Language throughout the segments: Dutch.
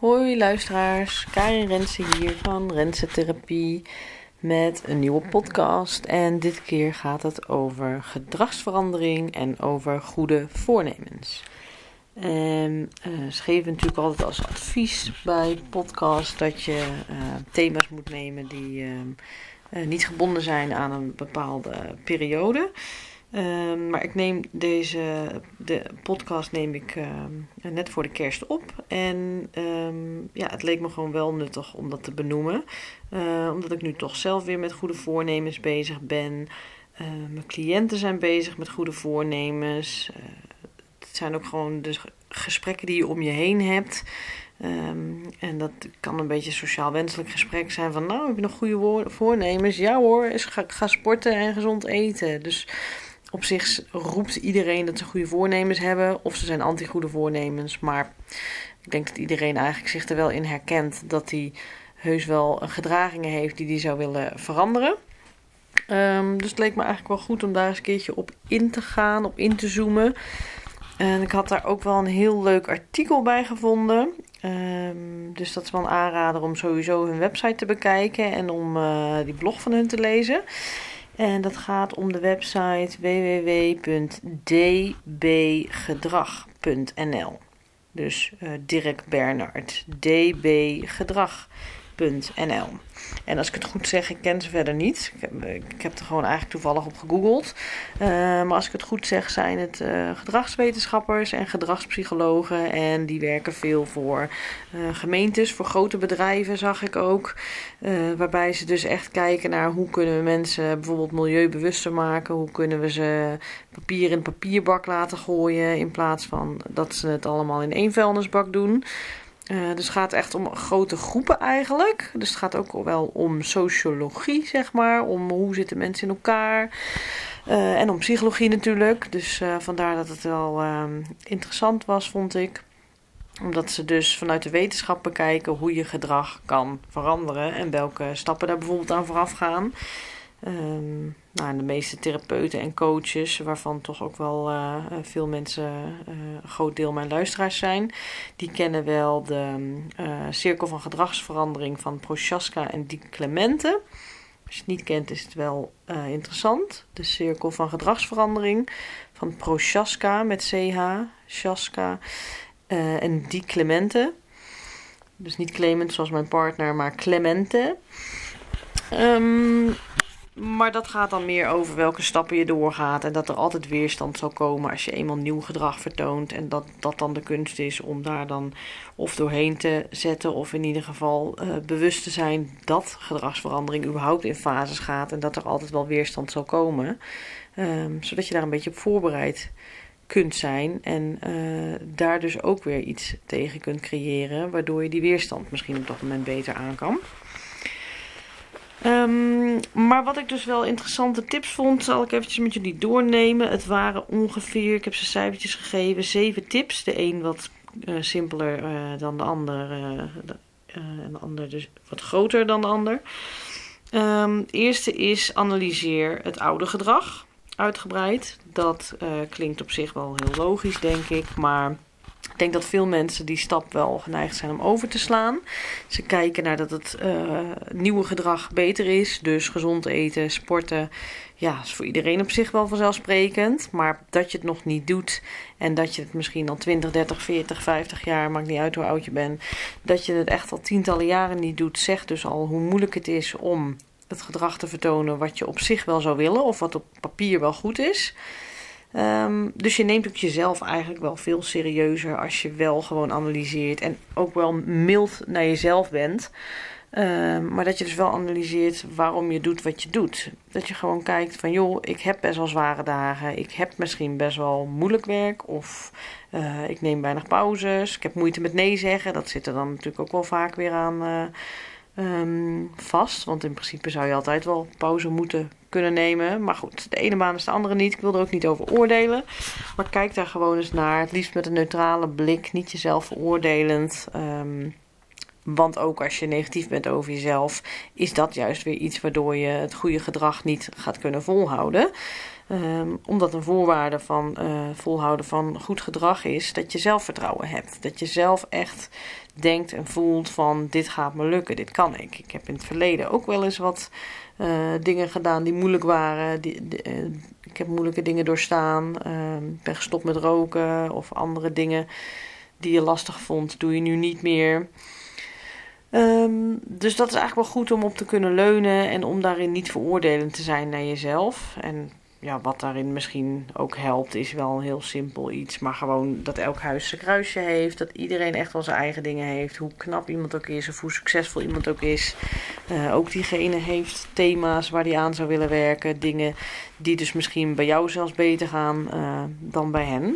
Hoi luisteraars, Karin Rensen hier van Rensen Therapie met een nieuwe podcast. En dit keer gaat het over gedragsverandering en over goede voornemens. En ze geven natuurlijk altijd als advies bij podcast dat je thema's moet nemen die niet gebonden zijn aan een bepaalde periode. Maar ik neem de podcast net voor de kerst op. En het leek me gewoon wel nuttig om dat te benoemen. Omdat ik nu toch zelf weer met goede voornemens bezig ben. Mijn cliënten zijn bezig met goede voornemens. Het zijn ook gewoon de gesprekken die je om je heen hebt. En dat kan een beetje een sociaal wenselijk gesprek zijn van... heb je nog goede voornemens? Ja hoor, ga sporten en gezond eten. Dus... Op zich roept iedereen dat ze goede voornemens hebben. Of ze zijn anti-goede voornemens. Maar ik denk dat iedereen eigenlijk zich er wel in herkent. Dat hij heus wel gedragingen heeft die hij zou willen veranderen. Dus het leek me eigenlijk wel goed om daar eens een keertje op in te gaan. Op in te zoomen. En ik had daar ook wel een heel leuk artikel bij gevonden. Dus dat is wel een aanrader om sowieso hun website te bekijken. En om die blog van hun te lezen. En dat gaat om de website www.dbgedrag.nl. Dus Dirk Bernhard, dbgedrag.nl. En als ik het goed zeg, ik ken ze verder niet. Ik heb er gewoon eigenlijk toevallig op gegoogeld. Maar als ik het goed zeg, zijn het gedragswetenschappers en gedragspsychologen. En die werken veel voor gemeentes, voor grote bedrijven zag ik ook. Waarbij ze dus echt kijken naar hoe kunnen we mensen bijvoorbeeld milieubewuster maken. Hoe kunnen we ze papier in een papierbak laten gooien in plaats van dat ze het allemaal in één vuilnisbak doen. Dus het gaat echt om grote groepen eigenlijk. Dus het gaat ook wel om sociologie, zeg maar. Om hoe zitten mensen in elkaar. En om psychologie natuurlijk. Dus vandaar dat het wel interessant was, vond ik. Omdat ze dus vanuit de wetenschap bekijken hoe je gedrag kan veranderen. En welke stappen daar bijvoorbeeld aan vooraf gaan. De meeste therapeuten en coaches, waarvan toch ook wel veel mensen, een groot deel mijn luisteraars zijn, die kennen wel de cirkel van gedragsverandering van Prochaska en Di Clemente. Als je het niet kent, is het wel interessant. De cirkel van gedragsverandering van Prochaska met CH, Chaska en Di Clemente. Dus niet Clement zoals mijn partner, maar Clemente. Maar dat gaat dan meer over welke stappen je doorgaat. En dat er altijd weerstand zal komen als je eenmaal nieuw gedrag vertoont. En dat dan de kunst is om daar dan of doorheen te zetten. Of in ieder geval bewust te zijn dat gedragsverandering überhaupt in fases gaat. En dat er altijd wel weerstand zal komen. Zodat je daar een beetje op voorbereid kunt zijn. En daar dus ook weer iets tegen kunt creëren. Waardoor je die weerstand misschien op dat moment beter aan kan. Maar wat ik dus wel interessante tips vond, zal ik eventjes met jullie doornemen. Het waren ongeveer, ik heb ze cijfertjes gegeven, 7 tips. De een wat simpeler dan de ander. En de ander dus wat groter dan de ander. Het eerste is analyseer het oude gedrag. Uitgebreid. Dat klinkt op zich wel heel logisch, denk ik. Maar ik denk dat veel mensen die stap wel geneigd zijn om over te slaan. Ze kijken naar dat het nieuwe gedrag beter is. Dus gezond eten, sporten. Ja, is voor iedereen op zich wel vanzelfsprekend. Maar dat je het nog niet doet. En dat je het misschien al 20, 30, 40, 50 jaar, maakt niet uit hoe oud je bent. Dat je het echt al tientallen jaren niet doet. Zegt dus al hoe moeilijk het is om het gedrag te vertonen wat je op zich wel zou willen. Of wat op papier wel goed is. Dus je neemt ook jezelf eigenlijk wel veel serieuzer als je wel gewoon analyseert. En ook wel mild naar jezelf bent. Maar dat je dus wel analyseert waarom je doet wat je doet. Dat je gewoon kijkt van joh, ik heb best wel zware dagen. Ik heb misschien best wel moeilijk werk. Of ik neem weinig pauzes. Ik heb moeite met nee zeggen. Dat zit er dan natuurlijk ook wel vaak weer aan vast. Want in principe zou je altijd wel pauze moeten kunnen nemen. Maar goed, de ene baan is de andere niet. Ik wil er ook niet over oordelen. Maar kijk daar gewoon eens naar. Het liefst met een neutrale blik. Niet jezelf veroordelend. Want ook als je negatief bent over jezelf, is dat juist weer iets waardoor je het goede gedrag niet gaat kunnen volhouden. Omdat een voorwaarde van volhouden van goed gedrag is dat je zelfvertrouwen hebt. Dat je zelf echt denkt en voelt van dit gaat me lukken, dit kan ik. Ik heb in het verleden ook wel eens wat dingen gedaan die moeilijk waren. Ik heb moeilijke dingen doorstaan. Ben gestopt met roken of andere dingen die je lastig vond, doe je nu niet meer. Dus dat is eigenlijk wel goed om op te kunnen leunen en om daarin niet veroordelend te zijn naar jezelf. En ja, wat daarin misschien ook helpt is wel een heel simpel iets. Maar gewoon dat elk huis zijn kruisje heeft. Dat iedereen echt wel zijn eigen dingen heeft. Hoe knap iemand ook is of hoe succesvol iemand ook is. Ook diegene heeft thema's waar die aan zou willen werken. Dingen die dus misschien bij jou zelfs beter gaan dan bij hen.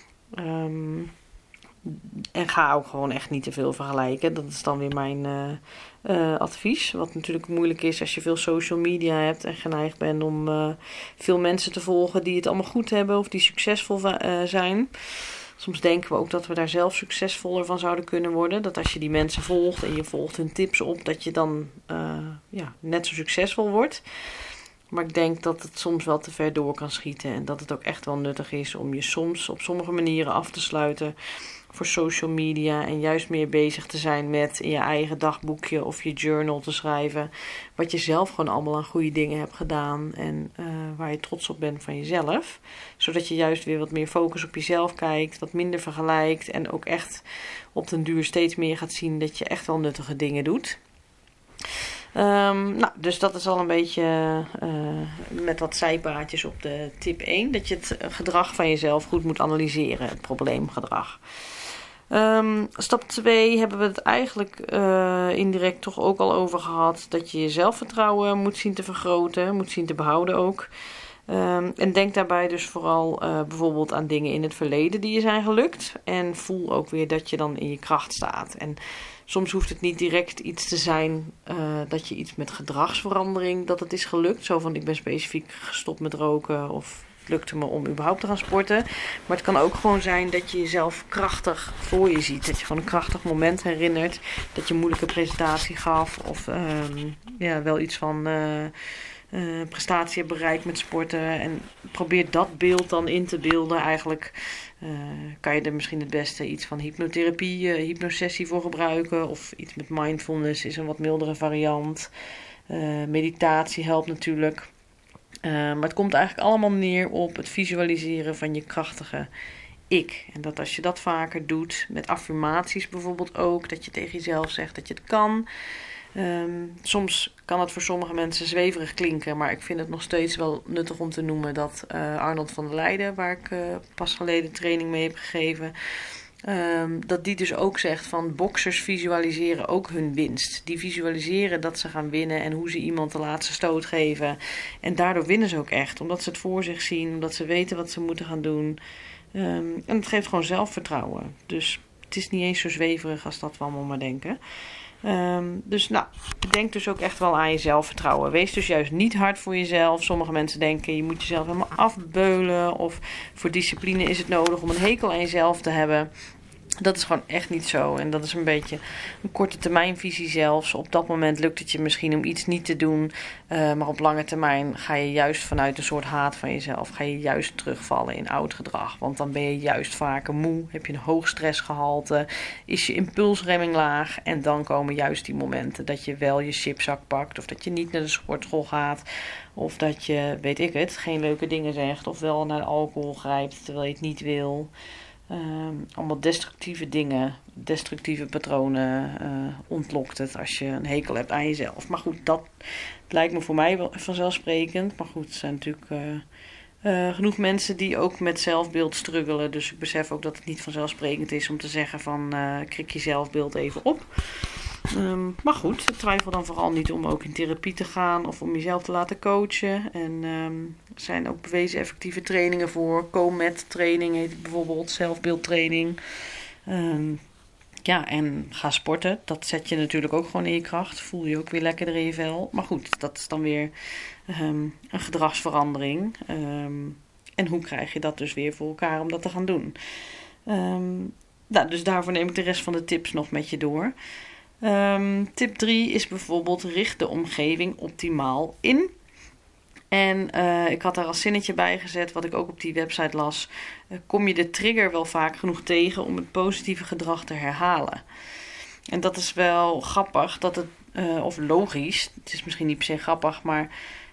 En ga ook gewoon echt niet te veel vergelijken. Dat is dan weer mijn advies. Wat natuurlijk moeilijk is als je veel social media hebt en geneigd bent om veel mensen te volgen die het allemaal goed hebben of die succesvol zijn. Soms denken we ook dat we daar zelf succesvoller van zouden kunnen worden. Dat als je die mensen volgt en je volgt hun tips op, dat je dan net zo succesvol wordt. Maar ik denk dat het soms wel te ver door kan schieten. En dat het ook echt wel nuttig is om je soms op sommige manieren af te sluiten voor social media. En juist meer bezig te zijn met in je eigen dagboekje of je journal te schrijven. Wat je zelf gewoon allemaal aan goede dingen hebt gedaan. En waar je trots op bent van jezelf. Zodat je juist weer wat meer focus op jezelf kijkt. Wat minder vergelijkt. En ook echt op den duur steeds meer gaat zien dat je echt wel nuttige dingen doet. Dus dat is al een beetje met wat zijpaadjes op de tip 1. Dat je het gedrag van jezelf goed moet analyseren. Het probleemgedrag. Stap 2 hebben we het eigenlijk indirect toch ook al over gehad. Dat je je zelfvertrouwen moet zien te vergroten. Moet zien te behouden ook. En denk daarbij dus vooral bijvoorbeeld aan dingen in het verleden die je zijn gelukt. En voel ook weer dat je dan in je kracht staat. En soms hoeft het niet direct iets te zijn dat je iets met gedragsverandering, dat het is gelukt. Zo van ik ben specifiek gestopt met roken of het lukte me om überhaupt te gaan sporten. Maar het kan ook gewoon zijn dat je jezelf krachtig voor je ziet. Dat je gewoon een krachtig moment herinnert. Dat je een moeilijke presentatie gaf of wel iets van prestatie hebt bereikt met sporten. En probeer dat beeld dan in te beelden eigenlijk. Kan je er misschien het beste iets van hypnotherapie, hypnosessie voor gebruiken. Of iets met mindfulness is een wat mildere variant. Meditatie helpt natuurlijk. Maar het komt eigenlijk allemaal neer op het visualiseren van je krachtige ik. En dat als je dat vaker doet, met affirmaties bijvoorbeeld ook. Dat je tegen jezelf zegt dat je het kan. Soms kan het voor sommige mensen zweverig klinken, maar ik vind het nog steeds wel nuttig om te noemen dat Arnold van der Leijden, waar ik pas geleden training mee heb gegeven, dat die dus ook zegt van boksers visualiseren ook hun winst. Die visualiseren dat ze gaan winnen en hoe ze iemand de laatste stoot geven. En daardoor winnen ze ook echt, omdat ze het voor zich zien, omdat ze weten wat ze moeten gaan doen. En het geeft gewoon zelfvertrouwen. Dus het is niet eens zo zweverig als dat we allemaal maar denken. Denk dus ook echt wel aan je zelfvertrouwen. Wees dus juist niet hard voor jezelf. Sommige mensen denken je moet jezelf helemaal afbeulen. Of voor discipline is het nodig om een hekel aan jezelf te hebben. Dat is gewoon echt niet zo. En dat is een beetje een korte termijnvisie zelfs. Op dat moment lukt het je misschien om iets niet te doen. Maar op lange termijn ga je juist vanuit een soort haat van jezelf. Ga je juist terugvallen in oud gedrag. Want dan ben je juist vaker moe. Heb je een hoog stressgehalte. Is je impulsremming laag. En dan komen juist die momenten dat je wel je chipzak pakt. Of dat je niet naar de sportschool gaat. Of dat je, weet ik het, geen leuke dingen zegt. Of wel naar de alcohol grijpt terwijl je het niet wil. Allemaal destructieve dingen, destructieve patronen ontlokt het als je een hekel hebt aan jezelf. Maar goed, dat lijkt me voor mij wel vanzelfsprekend. Maar goed, er zijn natuurlijk genoeg mensen die ook met zelfbeeld struggelen. Dus ik besef ook dat het niet vanzelfsprekend is om te zeggen van krik je zelfbeeld even op. Maar goed, twijfel dan vooral niet om ook in therapie te gaan of om jezelf te laten coachen. En er zijn ook bewezen effectieve trainingen voor. Co-met training heet het bijvoorbeeld, zelfbeeldtraining. En ga sporten. Dat zet je natuurlijk ook gewoon in je kracht. Voel je ook weer lekkerder in je vel. Maar goed, dat is dan weer een gedragsverandering. En hoe krijg je dat dus weer voor elkaar om dat te gaan doen? Dus daarvoor neem ik de rest van de tips nog met je door. Tip 3 is bijvoorbeeld richt de omgeving optimaal in. En ik had daar als zinnetje bij gezet, wat ik ook op die website las. Kom je de trigger wel vaak genoeg tegen om het positieve gedrag te herhalen? En dat is wel grappig, of logisch. Het is misschien niet per se grappig, maar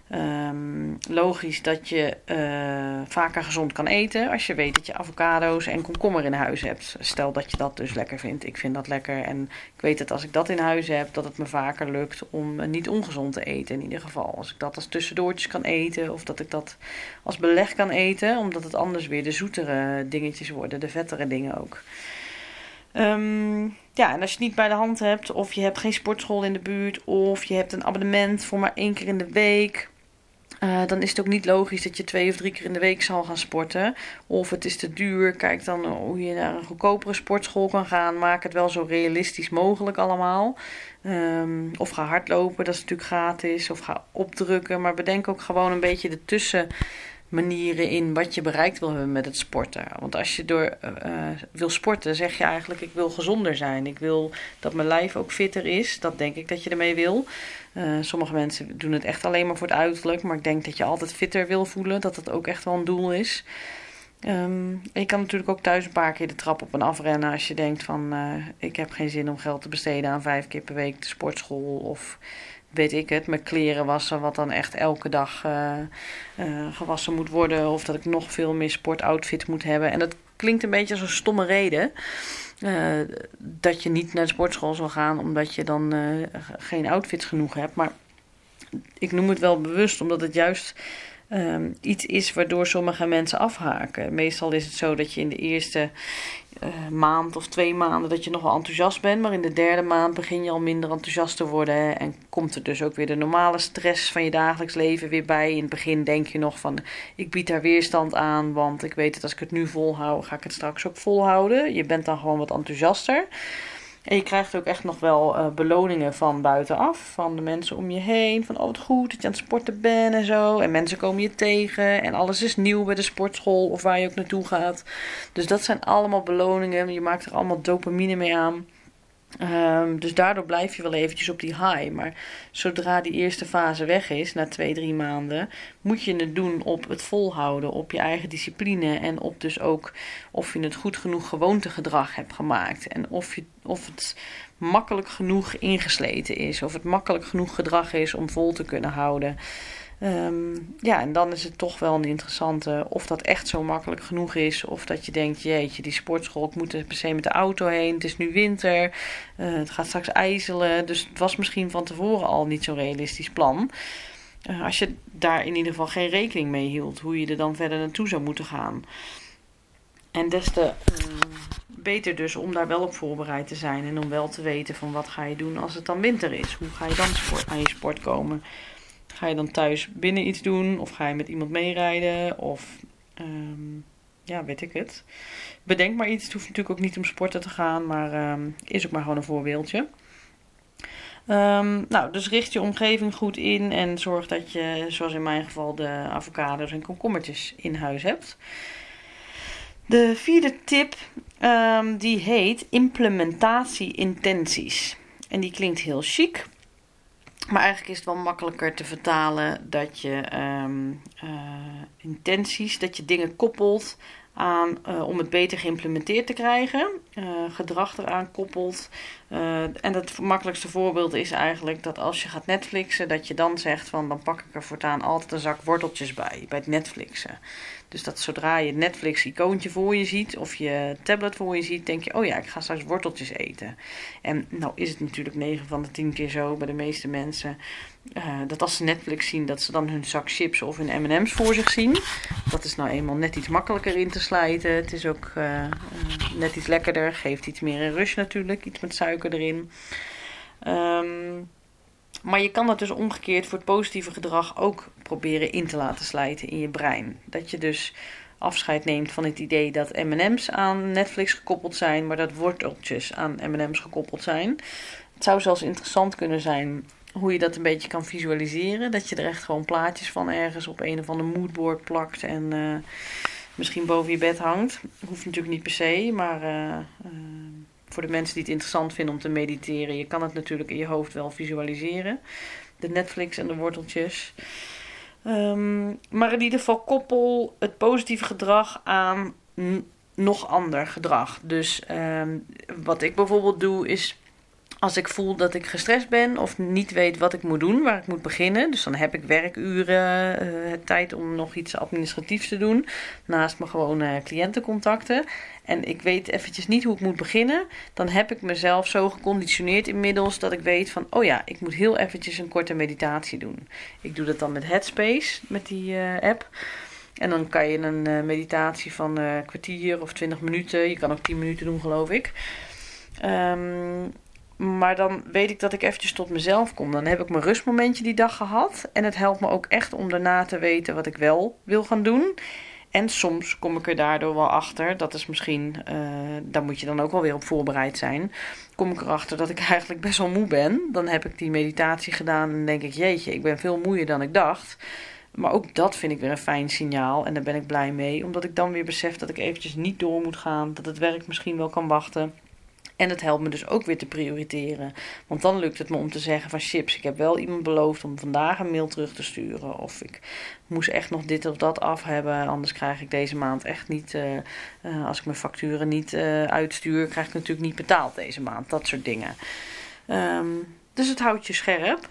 logisch dat je vaker gezond kan eten als je weet dat je avocado's en komkommer in huis hebt. Stel dat je dat dus lekker vindt. Ik vind dat lekker en ik weet dat als ik dat in huis heb, dat het me vaker lukt om niet ongezond te eten in ieder geval. Als ik dat als tussendoortjes kan eten of dat ik dat als beleg kan eten, omdat het anders weer de zoetere dingetjes worden, de vettere dingen ook. Ja, en als je het niet bij de hand hebt, of je hebt geen sportschool in de buurt, of je hebt een abonnement voor maar 1 keer in de week, dan is het ook niet logisch dat je 2 of 3 keer in de week zal gaan sporten. Of het is te duur, kijk dan hoe je naar een goedkopere sportschool kan gaan. Maak het wel zo realistisch mogelijk allemaal. Of ga hardlopen, dat is natuurlijk gratis. Of ga opdrukken, maar bedenk ook gewoon een beetje de tussenmanieren in wat je bereikt wil hebben met het sporten. Want als je wil sporten, zeg je eigenlijk ik wil gezonder zijn. Ik wil dat mijn lijf ook fitter is. Dat denk ik dat je ermee wil. Sommige mensen doen het echt alleen maar voor het uiterlijk. Maar ik denk dat je altijd fitter wil voelen. Dat dat ook echt wel een doel is. Je kan natuurlijk ook thuis een paar keer de trap op en afrennen. Als je denkt van ik heb geen zin om geld te besteden aan 5 keer per week de sportschool. Of weet ik het, mijn kleren wassen. Wat dan echt elke dag gewassen moet worden. Of dat ik nog veel meer sportoutfit moet hebben. En dat klinkt een beetje als een stomme reden. Dat je niet naar de sportschool zal gaan omdat je dan geen outfits genoeg hebt. Maar ik noem het wel bewust omdat het juist iets is waardoor sommige mensen afhaken. Meestal is het zo dat je in de eerste maand of 2 maanden dat je nog wel enthousiast bent. Maar in de 3e maand begin je al minder enthousiast te worden. En komt er dus ook weer de normale stress van je dagelijks leven weer bij. In het begin denk je nog van ik bied daar weerstand aan. Want ik weet dat als ik het nu volhoud, ga ik het straks ook volhouden. Je bent dan gewoon wat enthousiaster. En je krijgt ook echt nog wel beloningen van buitenaf. Van de mensen om je heen. Van wat goed dat je aan het sporten bent en zo. En mensen komen je tegen. En alles is nieuw bij de sportschool of waar je ook naartoe gaat. Dus dat zijn allemaal beloningen. Je maakt er allemaal dopamine mee aan. Dus daardoor blijf je wel eventjes op die high. Maar zodra die eerste fase weg is, na 2, 3 maanden, moet je het doen op het volhouden, op je eigen discipline. En op dus ook of je het goed genoeg gewoontegedrag hebt gemaakt. En of het makkelijk genoeg ingesleten is. Of het makkelijk genoeg gedrag is om vol te kunnen houden. En dan is het toch wel een interessante of dat echt zo makkelijk genoeg is. Of dat je denkt, jeetje, die sportschool, ik moet er per se met de auto heen. Het is nu winter, het gaat straks ijzelen. Dus het was misschien van tevoren al niet zo'n realistisch plan. Als je daar in ieder geval geen rekening mee hield, hoe je er dan verder naartoe zou moeten gaan. En des te beter dus om daar wel op voorbereid te zijn. En om wel te weten van wat ga je doen als het dan winter is. Hoe ga je dan aan je sport komen? Ga je dan thuis binnen iets doen? Of ga je met iemand meerijden? Of weet ik het. Bedenk maar iets. Het hoeft natuurlijk ook niet om sporten te gaan. Maar is ook maar gewoon een voorbeeldje. Dus richt je omgeving goed in. En zorg dat je, zoals in mijn geval, de avocados en komkommertjes in huis hebt. De 4e tip die heet implementatie-intenties. En die klinkt heel chic. Maar eigenlijk is het wel makkelijker te vertalen dat je intenties, dat je dingen koppelt aan om het beter geïmplementeerd te krijgen. Gedrag eraan koppelt. En het makkelijkste voorbeeld is eigenlijk dat als je gaat Netflixen, dat je dan zegt van dan pak ik er voortaan altijd een zak worteltjes bij het Netflixen. Dus dat zodra je het Netflix-icoontje voor je ziet of je tablet voor je ziet, denk je, oh ja, ik ga straks worteltjes eten. En nou is het natuurlijk 9 van de 10 keer zo bij de meeste mensen, dat als ze Netflix zien, dat ze dan hun zak chips of hun M&M's voor zich zien. Dat is nou eenmaal net iets makkelijker in te slijten. Het is ook net iets lekkerder, geeft iets meer een rush natuurlijk, iets met suiker erin. Maar je kan dat dus omgekeerd voor het positieve gedrag ook proberen in te laten slijten in je brein. Dat je dus afscheid neemt van het idee dat M&M's aan Netflix gekoppeld zijn, maar dat worteltjes aan M&M's gekoppeld zijn. Het zou zelfs interessant kunnen zijn hoe je dat een beetje kan visualiseren. Dat je er echt gewoon plaatjes van ergens op een of ander moodboard plakt en misschien boven je bed hangt. Hoeft natuurlijk niet per se, maar voor de mensen die het interessant vinden om te mediteren, je kan het natuurlijk in je hoofd wel visualiseren. De Netflix en de worteltjes. Maar in ieder geval koppel het positieve gedrag aan nog ander gedrag. Dus wat ik bijvoorbeeld doe is, als ik voel dat ik gestrest ben of niet weet wat ik moet doen, waar ik moet beginnen. Dus dan heb ik werkuren, tijd om nog iets administratiefs te doen. Naast mijn gewone cliëntencontacten. En ik weet eventjes niet hoe ik moet beginnen. Dan heb ik mezelf zo geconditioneerd inmiddels dat ik weet van, oh ja, ik moet heel eventjes een korte meditatie doen. Ik doe dat dan met Headspace, met die app. En dan kan je een meditatie van een kwartier of 20 minuten. Je kan ook 10 minuten doen, geloof ik. Maar dan weet ik dat ik eventjes tot mezelf kom. Dan heb ik mijn rustmomentje die dag gehad. En het helpt me ook echt om daarna te weten wat ik wel wil gaan doen. En soms kom ik er daardoor wel achter. Dat is misschien, daar moet je dan ook wel weer op voorbereid zijn. Kom ik erachter dat ik eigenlijk best wel moe ben. Dan heb ik die meditatie gedaan en denk ik, jeetje, ik ben veel moeier dan ik dacht. Maar ook dat vind ik weer een fijn signaal. En daar ben ik blij mee. Omdat ik dan weer besef dat ik eventjes niet door moet gaan. Dat het werk misschien wel kan wachten. En het helpt me dus ook weer te prioriteren. Want dan lukt het me om te zeggen van chips, ik heb wel iemand beloofd om vandaag een mail terug te sturen. Of ik moest echt nog dit of dat af hebben. Anders krijg ik deze maand echt niet, als ik mijn facturen niet uitstuur, krijg ik natuurlijk niet betaald deze maand. Dat soort dingen. Dus het houdt je scherp.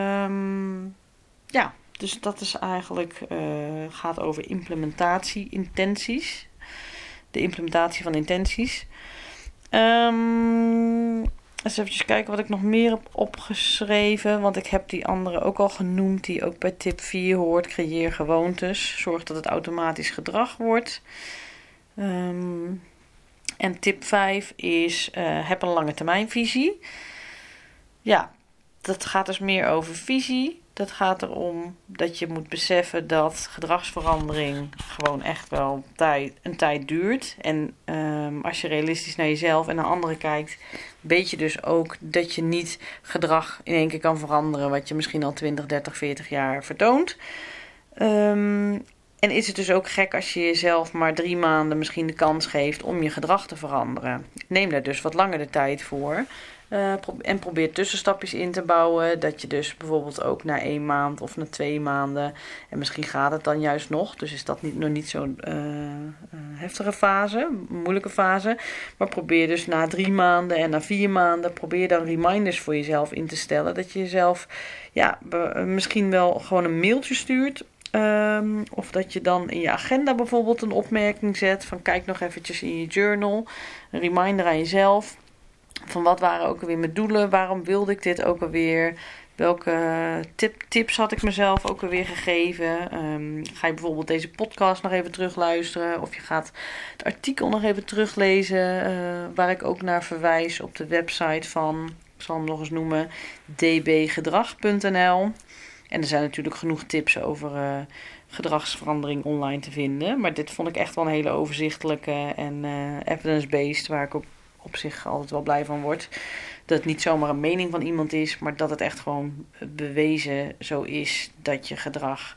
Ja, dus dat is eigenlijk, gaat over implementatie, intenties. De implementatie van intenties. Eens even kijken wat ik nog meer heb opgeschreven. Want ik heb die andere ook al genoemd. Die ook bij tip 4 hoort. Creëer gewoontes. Zorg dat het automatisch gedrag wordt. En tip 5 is heb een lange termijnvisie. Ja, dat gaat dus meer over visie. Dat gaat erom dat je moet beseffen dat gedragsverandering gewoon echt wel een tijd duurt. En als je realistisch naar jezelf en naar anderen kijkt, weet je dus ook dat je niet gedrag in één keer kan veranderen wat je misschien al 20, 30, 40 jaar vertoont. En is het dus ook gek als je jezelf maar 3 maanden misschien de kans geeft om je gedrag te veranderen. Neem daar dus wat langer de tijd voor. En probeer tussenstapjes in te bouwen. Dat je dus bijvoorbeeld ook na 1 maand of na 2 maanden. En misschien gaat het dan juist nog. Dus is dat nog niet zo'n heftige fase. Moeilijke fase. Maar probeer dus na 3 maanden en na 4 maanden. Probeer dan reminders voor jezelf in te stellen. Dat je jezelf misschien wel gewoon een mailtje stuurt. Of dat je dan in je agenda bijvoorbeeld een opmerking zet. Van kijk nog eventjes in je journal. Een reminder aan jezelf. Van wat waren ook alweer mijn doelen? Waarom wilde ik dit ook alweer? Welke tips had ik mezelf ook alweer gegeven? Ga je bijvoorbeeld deze podcast nog even terugluisteren? Of je gaat het artikel nog even teruglezen. Waar ik ook naar verwijs op de website van, ik zal hem nog eens noemen, dbgedrag.nl. En er zijn natuurlijk genoeg tips over gedragsverandering online te vinden. Maar dit vond ik echt wel een hele overzichtelijke en evidence-based, waar ik ook op zich altijd wel blij van word. Dat het niet zomaar een mening van iemand is, maar dat het echt gewoon bewezen zo is dat je gedrag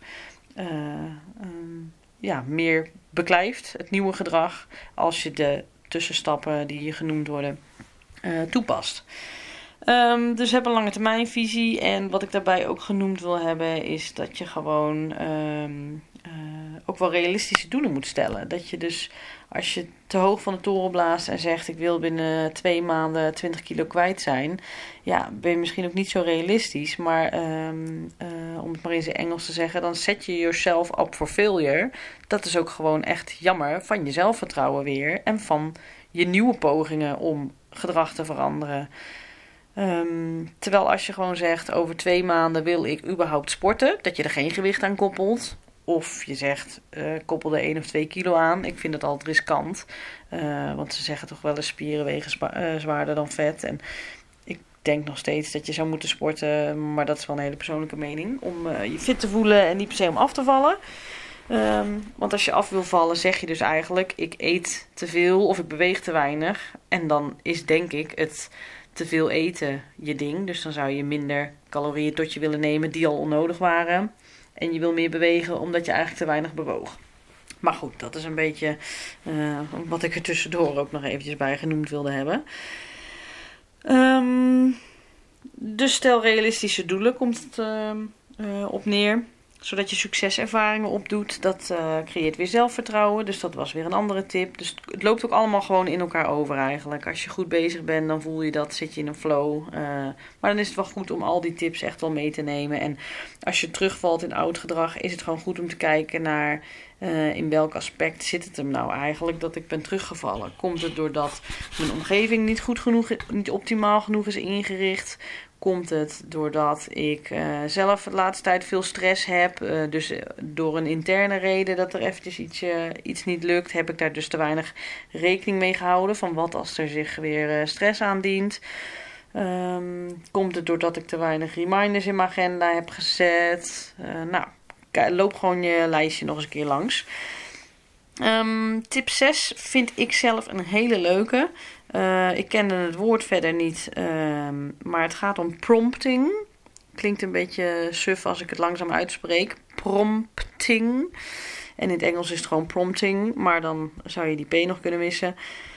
meer beklijft, het nieuwe gedrag, als je de tussenstappen die hier genoemd worden toepast. Dus heb een lange termijnvisie. En wat ik daarbij ook genoemd wil hebben, is dat je gewoon ook wel realistische doelen moet stellen. Dat je dus, als je te hoog van de toren blaast en zegt, ik wil binnen 2 maanden 20 kilo kwijt zijn. Ja, ben je misschien ook niet zo realistisch. Maar om het maar in zijn Engels te zeggen, dan set je yourself up for failure. Dat is ook gewoon echt jammer van je zelfvertrouwen weer. En van je nieuwe pogingen om gedrag te veranderen. Terwijl als je gewoon zegt, over 2 maanden wil ik überhaupt sporten, dat je er geen gewicht aan koppelt. Of je zegt, koppel er 1 of 2 kilo aan. Ik vind het altijd riskant. Want ze zeggen toch wel eens spieren wegen zwaarder dan vet. En ik denk nog steeds dat je zou moeten sporten. Maar dat is wel een hele persoonlijke mening. Om je fit te voelen en niet per se om af te vallen. Want als je af wil vallen, zeg je dus eigenlijk, ik eet te veel of ik beweeg te weinig. En dan is denk ik het te veel eten je ding. Dus dan zou je minder calorieën tot je willen nemen die al onnodig waren. En je wil meer bewegen omdat je eigenlijk te weinig bewoog. Maar goed, dat is een beetje wat ik er tussendoor ook nog eventjes bij genoemd wilde hebben. Dus stel realistische doelen komt het op neer. Zodat je succeservaringen opdoet. Dat creëert weer zelfvertrouwen. Dus dat was weer een andere tip. Dus het loopt ook allemaal gewoon in elkaar over eigenlijk. Als je goed bezig bent, dan voel je dat. Zit je in een flow. Maar dan is het wel goed om al die tips echt wel mee te nemen. En als je terugvalt in oud gedrag, is het gewoon goed om te kijken naar in welk aspect zit het hem nou eigenlijk dat ik ben teruggevallen. Komt het doordat mijn omgeving niet goed genoeg, niet optimaal genoeg is ingericht? Komt het doordat ik zelf de laatste tijd veel stress heb? Dus door een interne reden dat er eventjes iets niet lukt. Heb ik daar dus te weinig rekening mee gehouden. Van wat als er zich weer stress aandient? Komt het doordat ik te weinig reminders in mijn agenda heb gezet? Loop gewoon je lijstje nog eens een keer langs. Tip 6 vind ik zelf een hele leuke. Ik kende het woord verder niet, maar het gaat om prompting. Klinkt een beetje suf als ik het langzaam uitspreek. Prompting. En in het Engels is het gewoon prompting, maar dan zou je die P nog kunnen missen.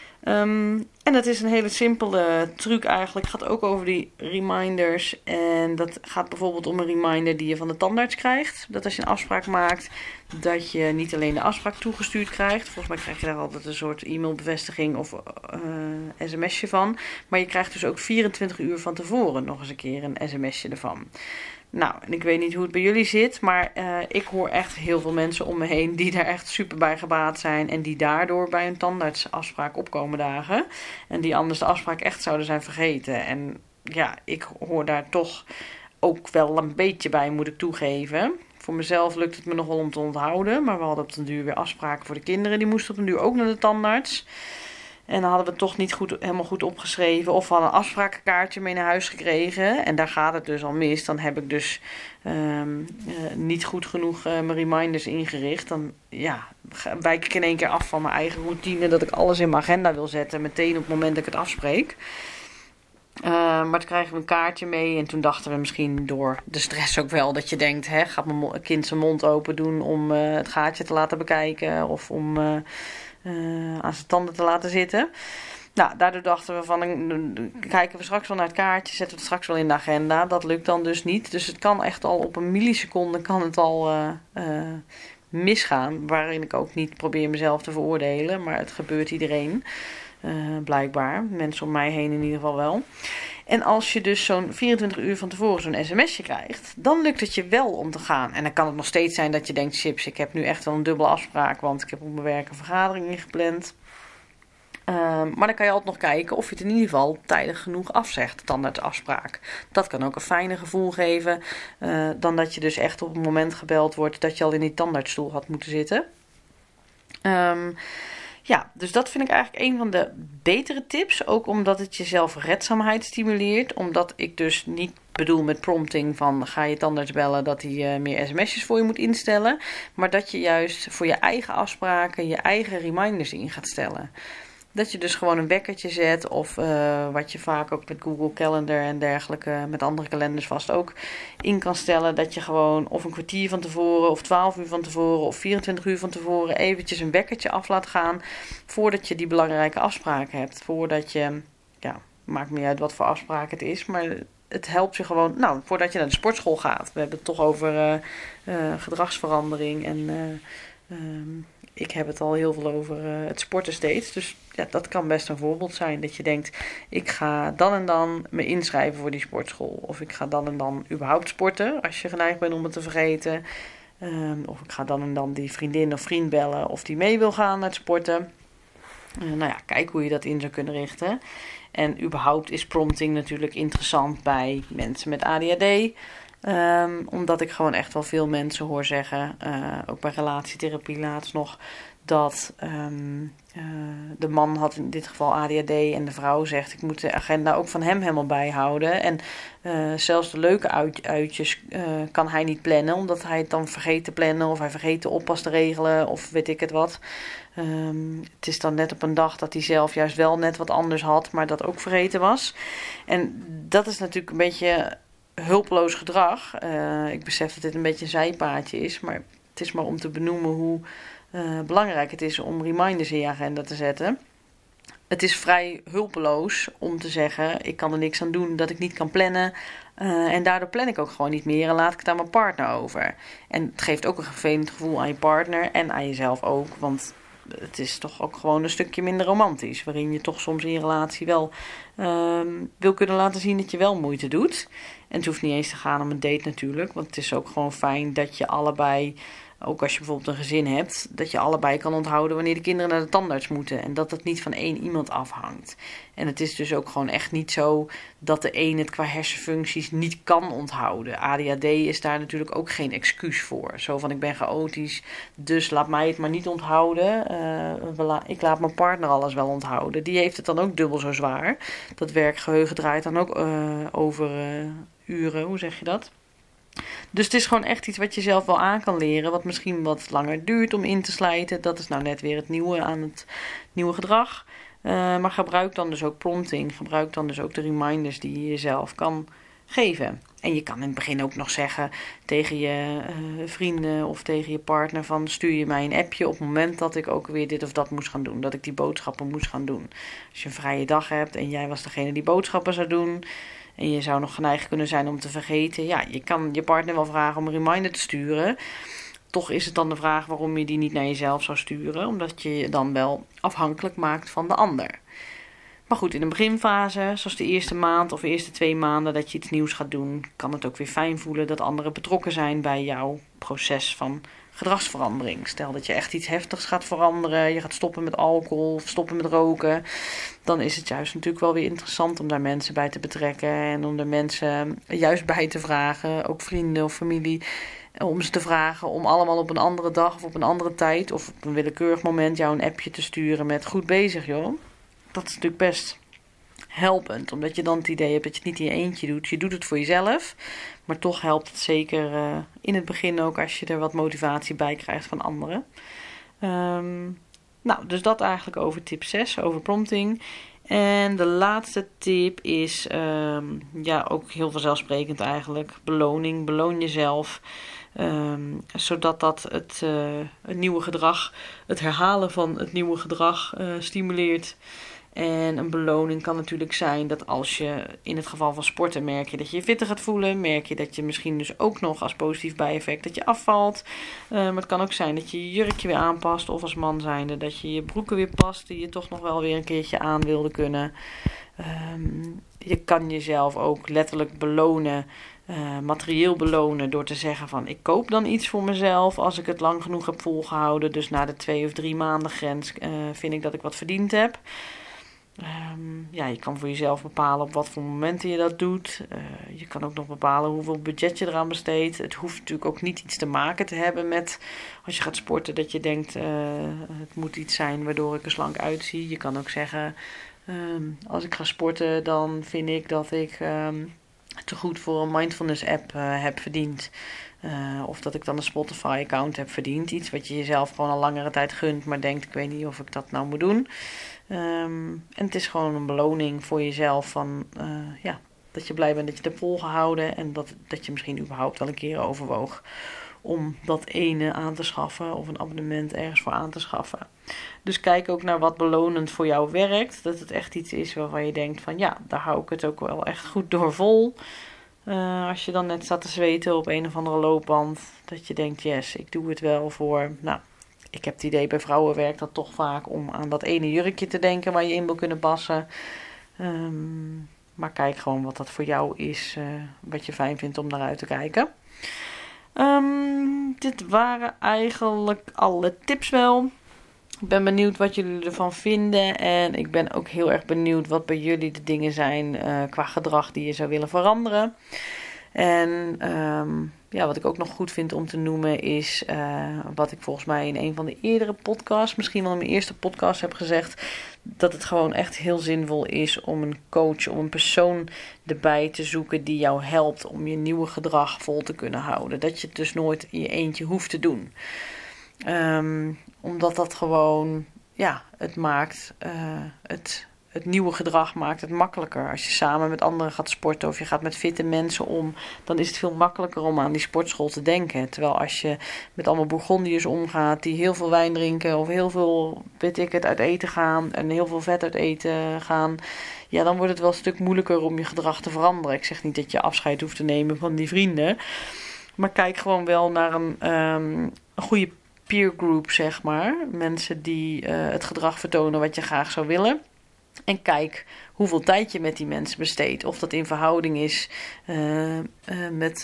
En dat is een hele simpele truc eigenlijk. Het gaat ook over die reminders. En dat gaat bijvoorbeeld om een reminder die je van de tandarts krijgt. Dat als je een afspraak maakt, dat je niet alleen de afspraak toegestuurd krijgt. Volgens mij krijg je daar altijd een soort e-mailbevestiging of sms'je van. Maar je krijgt dus ook 24 uur van tevoren nog eens een keer een sms'je ervan. Nou, en ik weet niet hoe het bij jullie zit, maar ik hoor echt heel veel mensen om me heen die daar echt super bij gebaat zijn. En die daardoor bij een tandartsafspraak opkomen dagen. En die anders de afspraak echt zouden zijn vergeten. En ja, ik hoor daar toch ook wel een beetje bij, moet ik toegeven. Voor mezelf lukt het me nog wel om te onthouden. Maar we hadden op den duur weer afspraken voor de kinderen. Die moesten op den duur ook naar de tandarts. En dan hadden we het toch niet helemaal goed opgeschreven. Of we hadden een afsprakenkaartje mee naar huis gekregen. En daar gaat het dus al mis. Dan heb ik dus niet goed genoeg mijn reminders ingericht. Dan wijk ik in één keer af van mijn eigen routine. Dat ik alles in mijn agenda wil zetten. Meteen op het moment dat ik het afspreek. Maar toen kregen we een kaartje mee. En toen dachten we misschien door de stress ook wel. Dat je denkt, gaat mijn kind zijn mond open doen om het gaatje te laten bekijken. Of om aan zijn tanden te laten zitten. Nou, daardoor dachten we van, dan kijken we straks wel naar het kaartje, zetten we het straks wel in de agenda. Dat lukt dan dus niet. Dus het kan echt al op een milliseconde kan het al misgaan. Waarin ik ook niet probeer mezelf te veroordelen. Maar het gebeurt iedereen. Blijkbaar. Mensen om mij heen in ieder geval wel. En als je dus zo'n 24 uur van tevoren zo'n sms'je krijgt, dan lukt het je wel om te gaan. En dan kan het nog steeds zijn dat je denkt, chips, ik heb nu echt wel een dubbele afspraak, want ik heb op mijn werk een vergadering ingepland. Maar dan kan je altijd nog kijken of je het in ieder geval tijdig genoeg afzegt, de tandartsafspraak. Dat kan ook een fijner gevoel geven dan dat je dus echt op het moment gebeld wordt dat je al in die tandartsstoel had moeten zitten. Dus dat vind ik eigenlijk een van de betere tips. Ook omdat het je zelfredzaamheid stimuleert. Omdat ik dus niet bedoel met prompting van ga je tandarts bellen dat hij meer sms'jes voor je moet instellen. Maar dat je juist voor je eigen afspraken je eigen reminders in gaat stellen. Dat je dus gewoon een wekkertje zet of wat je vaak ook met Google Calendar en dergelijke, met andere kalenders vast ook in kan stellen. Dat je gewoon of een kwartier van tevoren of 12 uur van tevoren of 24 uur van tevoren eventjes een wekkertje af laat gaan voordat je die belangrijke afspraak hebt. Voordat je, maakt me niet uit wat voor afspraak het is, maar het helpt je gewoon, voordat je naar de sportschool gaat. We hebben het toch over gedragsverandering en ik heb het al heel veel over het sporten steeds. Dus ja, dat kan best een voorbeeld zijn. Dat je denkt, ik ga dan en dan me inschrijven voor die sportschool. Of ik ga dan en dan überhaupt sporten, als je geneigd bent om het te vergeten. Of ik ga dan en dan die vriendin of vriend bellen of die mee wil gaan naar het sporten. Kijk hoe je dat in zou kunnen richten. En überhaupt is prompting natuurlijk interessant bij mensen met ADHD. Omdat ik gewoon echt wel veel mensen hoor zeggen, ook bij relatietherapie laatst nog, dat de man had in dit geval ADHD en de vrouw zegt, ik moet de agenda ook van hem helemaal bijhouden. En zelfs de leuke uitjes kan hij niet plannen, omdat hij het dan vergeet te plannen of hij vergeet de oppas te regelen of weet ik het wat. Het is dan net op een dag dat hij zelf juist wel net wat anders had, maar dat ook vergeten was. En dat is natuurlijk een beetje hulpeloos gedrag. Ik besef dat dit een beetje een zijpaadje is, maar het is maar om te benoemen hoe belangrijk het is om reminders in je agenda te zetten. Het is vrij hulpeloos om te zeggen, ik kan er niks aan doen dat ik niet kan plannen. En daardoor plan ik ook gewoon niet meer en laat ik het aan mijn partner over. En het geeft ook een vervelend gevoel aan je partner en aan jezelf ook. Want het is toch ook gewoon een stukje minder romantisch. Waarin je toch soms in je relatie wel wil kunnen laten zien dat je wel moeite doet. En het hoeft niet eens te gaan om een date natuurlijk. Want het is ook gewoon fijn dat je allebei, ook als je bijvoorbeeld een gezin hebt, dat je allebei kan onthouden wanneer de kinderen naar de tandarts moeten. En dat het niet van één iemand afhangt. En het is dus ook gewoon echt niet zo dat de een het qua hersenfuncties niet kan onthouden. ADHD is daar natuurlijk ook geen excuus voor. Zo van, ik ben chaotisch, dus laat mij het maar niet onthouden. Ik laat mijn partner alles wel onthouden. Die heeft het dan ook dubbel zo zwaar. Dat werkgeheugen draait dan ook over uren, hoe zeg je dat? Dus het is gewoon echt iets wat je zelf wel aan kan leren. Wat misschien wat langer duurt om in te slijten. Dat is nou net weer het nieuwe aan het nieuwe gedrag. Maar gebruik dan dus ook prompting. Gebruik dan dus ook de reminders die je jezelf kan geven. En je kan in het begin ook nog zeggen tegen je vrienden of tegen je partner van, stuur je mij een appje op het moment dat ik ook weer dit of dat moest gaan doen. Dat ik die boodschappen moest gaan doen. Als je een vrije dag hebt en jij was degene die boodschappen zou doen en je zou nog geneigd kunnen zijn om te vergeten. Ja, je kan je partner wel vragen om een reminder te sturen. Toch is het dan de vraag waarom je die niet naar jezelf zou sturen. Omdat je je dan wel afhankelijk maakt van de ander. Maar goed, in een beginfase, zoals de eerste maand of de eerste 2 maanden dat je iets nieuws gaat doen, kan het ook weer fijn voelen dat anderen betrokken zijn bij jouw proces van gedragsverandering. Stel dat je echt iets heftigs gaat veranderen, je gaat stoppen met alcohol of stoppen met roken, dan is het juist natuurlijk wel weer interessant om daar mensen bij te betrekken en om er mensen juist bij te vragen, ook vrienden of familie, om ze te vragen om allemaal op een andere dag of op een andere tijd of op een willekeurig moment jou een appje te sturen met goed bezig joh. Dat is natuurlijk best helpend, omdat je dan het idee hebt dat je het niet in je eentje doet. Je doet het voor jezelf, maar toch helpt het zeker in het begin ook als je er wat motivatie bij krijgt van anderen. Dus dat eigenlijk over tip 6, over prompting. En de laatste tip is, ook heel vanzelfsprekend eigenlijk, beloning. Beloon jezelf, zodat dat het nieuwe gedrag, het herhalen van het nieuwe gedrag stimuleert. En een beloning kan natuurlijk zijn dat als je in het geval van sporten merk je dat je je fitter gaat voelen. Merk je dat je misschien dus ook nog als positief bijeffect dat je afvalt. Maar het kan ook zijn dat je je jurkje weer aanpast. Of als man zijnde dat je je broeken weer past die je toch nog wel weer een keertje aan wilde kunnen. Je kan jezelf ook letterlijk belonen. Materieel belonen door te zeggen van ik koop dan iets voor mezelf als ik het lang genoeg heb volgehouden. Dus na de 2 of 3 maanden grens vind ik dat ik wat verdiend heb. Je kan voor jezelf bepalen op wat voor momenten je dat doet. Je kan ook nog bepalen hoeveel budget je eraan besteedt. Het hoeft natuurlijk ook niet iets te maken te hebben met als je gaat sporten dat je denkt het moet iets zijn waardoor ik er slank uitzie. Je kan ook zeggen als ik ga sporten dan vind ik dat ik te goed voor een mindfulness app heb verdiend. Of dat ik dan een Spotify account heb verdiend. Iets wat je jezelf gewoon al langere tijd gunt, maar denkt ik weet niet of ik dat nou moet doen. En het is gewoon een beloning voor jezelf van dat je blij bent dat je het hebt volgehouden en dat je misschien überhaupt wel een keer overwoog om dat ene aan te schaffen of een abonnement ergens voor aan te schaffen. Dus kijk ook naar wat belonend voor jou werkt. Dat het echt iets is waarvan je denkt van ja, daar hou ik het ook wel echt goed door vol. Als je dan net staat te zweten op een of andere loopband, dat je denkt yes, ik doe het wel voor. Nou, ik heb het idee bij vrouwen werkt dat toch vaak om aan dat ene jurkje te denken waar je in wil kunnen passen. Maar kijk gewoon wat dat voor jou is, wat je fijn vindt om naar uit te kijken. Dit waren eigenlijk alle tips wel. Ik ben benieuwd wat jullie ervan vinden. En ik ben ook heel erg benieuwd wat bij jullie de dingen zijn qua gedrag die je zou willen veranderen. En wat ik ook nog goed vind om te noemen is wat ik volgens mij in een van de eerdere podcasts, misschien wel in mijn eerste podcast heb gezegd, dat het gewoon echt heel zinvol is om een coach, om een persoon erbij te zoeken die jou helpt om je nieuwe gedrag vol te kunnen houden. Dat je het dus nooit in je eentje hoeft te doen. Omdat dat gewoon, het maakt het het nieuwe gedrag maakt het makkelijker. Als je samen met anderen gaat sporten of je gaat met fitte mensen om, dan is het veel makkelijker om aan die sportschool te denken. Terwijl als je met allemaal Bourgondiërs omgaat die heel veel wijn drinken of heel veel, weet ik het, uit eten gaan en heel veel vet uit eten gaan, ja, dan wordt het wel een stuk moeilijker om je gedrag te veranderen. Ik zeg niet dat je afscheid hoeft te nemen van die vrienden, maar kijk gewoon wel naar een goede peer group, zeg maar. Mensen die het gedrag vertonen wat je graag zou willen. En kijk hoeveel tijd je met die mensen besteedt. Of dat in verhouding is met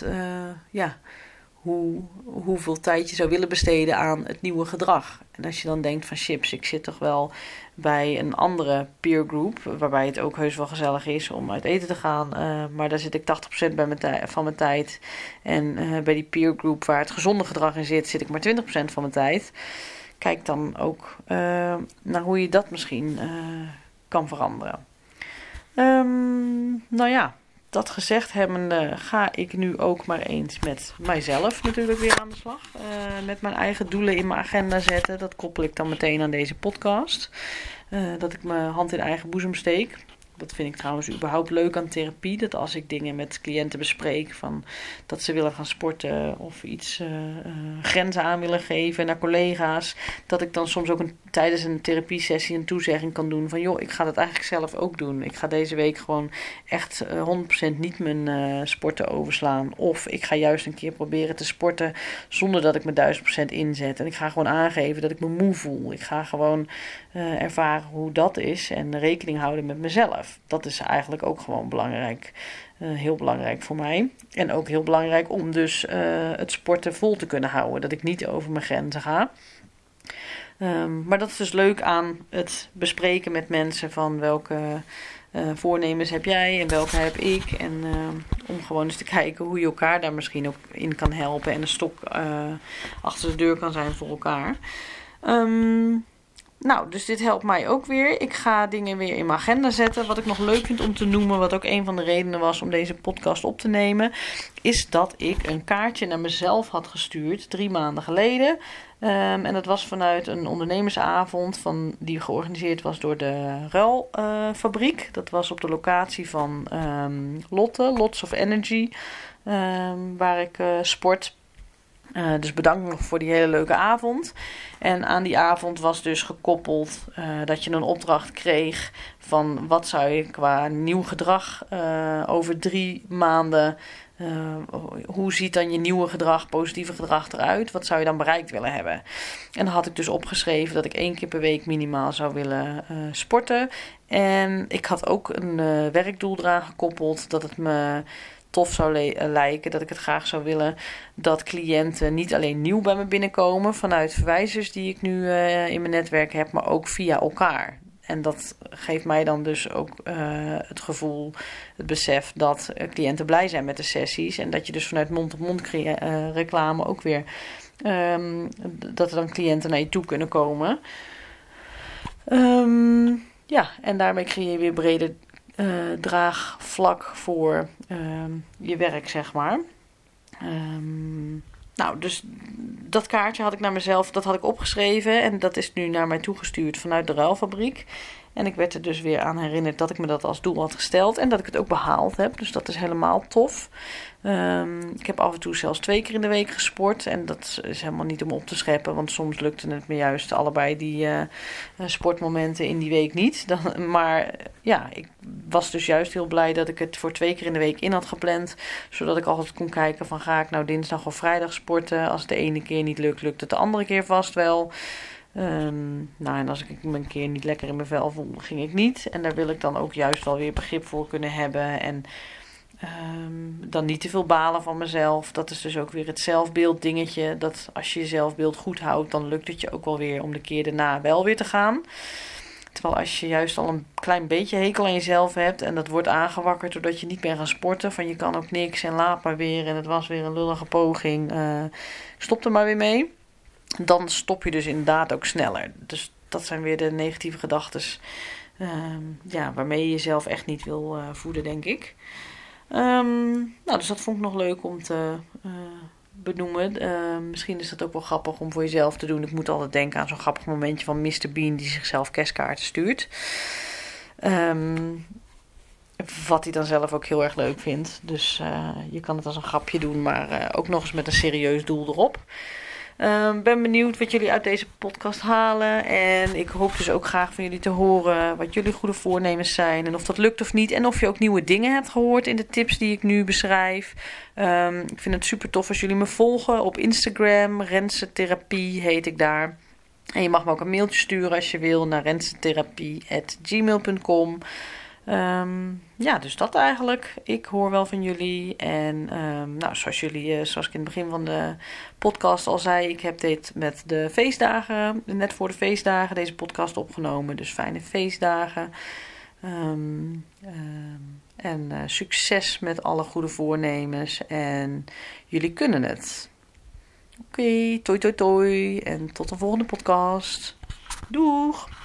hoeveel tijd je zou willen besteden aan het nieuwe gedrag. En als je dan denkt van chips, ik zit toch wel bij een andere peer group, waarbij het ook heus wel gezellig is om uit eten te gaan. Maar daar zit ik 80% van mijn tijd. En bij die peer group waar het gezonde gedrag in zit, zit ik maar 20% van mijn tijd. Kijk dan ook naar hoe je dat misschien kan veranderen. Nou ja, dat gezegd hebbende ga ik nu ook maar eens met mijzelf natuurlijk weer aan de slag. Met mijn eigen doelen in mijn agenda zetten. Dat koppel ik dan meteen aan deze podcast. Dat ik mijn hand in eigen boezem steek. Dat vind ik trouwens überhaupt leuk aan therapie. Dat als ik dingen met cliënten bespreek, van dat ze willen gaan sporten of iets grenzen aan willen geven naar collega's, dat ik dan soms ook tijdens een therapiesessie een toezegging kan doen van joh, ik ga dat eigenlijk zelf ook doen. Ik ga deze week gewoon echt 100% niet mijn sporten overslaan. Of ik ga juist een keer proberen te sporten zonder dat ik me 1000% inzet. En ik ga gewoon aangeven dat ik me moe voel. Ik ga gewoon ervaren hoe dat is en rekening houden met mezelf. Dat is eigenlijk ook gewoon belangrijk. Heel belangrijk voor mij. En ook heel belangrijk om dus het sporten vol te kunnen houden. Dat ik niet over mijn grenzen ga. Maar dat is dus leuk aan het bespreken met mensen van welke voornemens heb jij en welke heb ik. En om gewoon eens te kijken hoe je elkaar daar misschien ook in kan helpen. En een stok achter de deur kan zijn voor elkaar. Nou, dus dit helpt mij ook weer. Ik ga dingen weer in mijn agenda zetten. Wat ik nog leuk vind om te noemen, wat ook een van de redenen was om deze podcast op te nemen, is dat ik een kaartje naar mezelf had gestuurd 3 maanden geleden. En dat was vanuit een ondernemersavond die georganiseerd was door de Ruilfabriek. Dat was op de locatie van Lots of Energy, waar ik sport. Dus bedankt nog voor die hele leuke avond. En aan die avond was dus gekoppeld dat je een opdracht kreeg van wat zou je qua nieuw gedrag over 3 maanden, hoe ziet dan je nieuwe gedrag, positieve gedrag eruit? Wat zou je dan bereikt willen hebben? En dan had ik dus opgeschreven dat ik 1 keer per week minimaal zou willen sporten. En ik had ook een werkdoel eraan gekoppeld dat het me tof zou lijken, dat ik het graag zou willen dat cliënten niet alleen nieuw bij me binnenkomen vanuit verwijzers die ik nu in mijn netwerk heb, maar ook via elkaar. En dat geeft mij dan dus ook het gevoel, het besef dat cliënten blij zijn met de sessies en dat je dus vanuit mond-op-mond reclame ook weer dat er dan cliënten naar je toe kunnen komen. Ja, en daarmee creëer je weer breder draagvlak voor je werk, zeg maar. Nou, dus dat kaartje had ik naar mezelf, dat had ik opgeschreven en dat is nu naar mij toegestuurd vanuit de Ruilfabriek. En ik werd er dus weer aan herinnerd dat ik me dat als doel had gesteld en dat ik het ook behaald heb. Dus dat is helemaal tof. Ik heb af en toe zelfs 2 keer in de week gesport. En dat is helemaal niet om op te scheppen. Want soms lukte het me juist allebei die sportmomenten in die week niet. Maar ja, ik was dus juist heel blij dat ik het voor 2 keer in de week in had gepland. Zodat ik altijd kon kijken van ga ik nou dinsdag of vrijdag sporten. Als het de ene keer niet lukt, lukt het de andere keer vast wel. Nou, en als ik me een keer niet lekker in mijn vel voel, ging ik niet. En daar wil ik dan ook juist wel weer begrip voor kunnen hebben. En dan niet te veel balen van mezelf. Dat is dus ook weer het zelfbeeld dingetje. Dat als je je zelfbeeld goed houdt, dan lukt het je ook wel weer om de keer daarna wel weer te gaan. Terwijl als je juist al een klein beetje hekel aan jezelf hebt en dat wordt aangewakkerd doordat je niet bent gaan sporten. Van je kan ook niks en laat maar weer en het was weer een lullige poging. Stop er maar weer mee. Dan stop je dus inderdaad ook sneller. Dus dat zijn weer de negatieve gedachten waarmee je jezelf echt niet wil voeden, denk ik. Nou, dus dat vond ik nog leuk om te benoemen. Misschien is dat ook wel grappig om voor jezelf te doen. Ik moet altijd denken aan zo'n grappig momentje van Mr. Bean die zichzelf kerstkaarten stuurt. Wat hij dan zelf ook heel erg leuk vindt. Dus je kan het als een grapje doen, maar ook nog eens met een serieus doel erop. Ben benieuwd wat jullie uit deze podcast halen. En ik hoop dus ook graag van jullie te horen wat jullie goede voornemens zijn. En of dat lukt of niet. En of je ook nieuwe dingen hebt gehoord in de tips die ik nu beschrijf. Ik vind het super tof als jullie me volgen op Instagram. Rense Therapie heet ik daar. En je mag me ook een mailtje sturen als je wil naar rensetherapie@gmail.com. Dus dat eigenlijk. Ik hoor wel van jullie. En zoals ik in het begin van de podcast al zei, ik heb dit met de feestdagen, net voor de feestdagen, deze podcast opgenomen. Dus fijne feestdagen. Succes met alle goede voornemens. En jullie kunnen het. Oké, toi toi toi. En tot de volgende podcast. Doeg!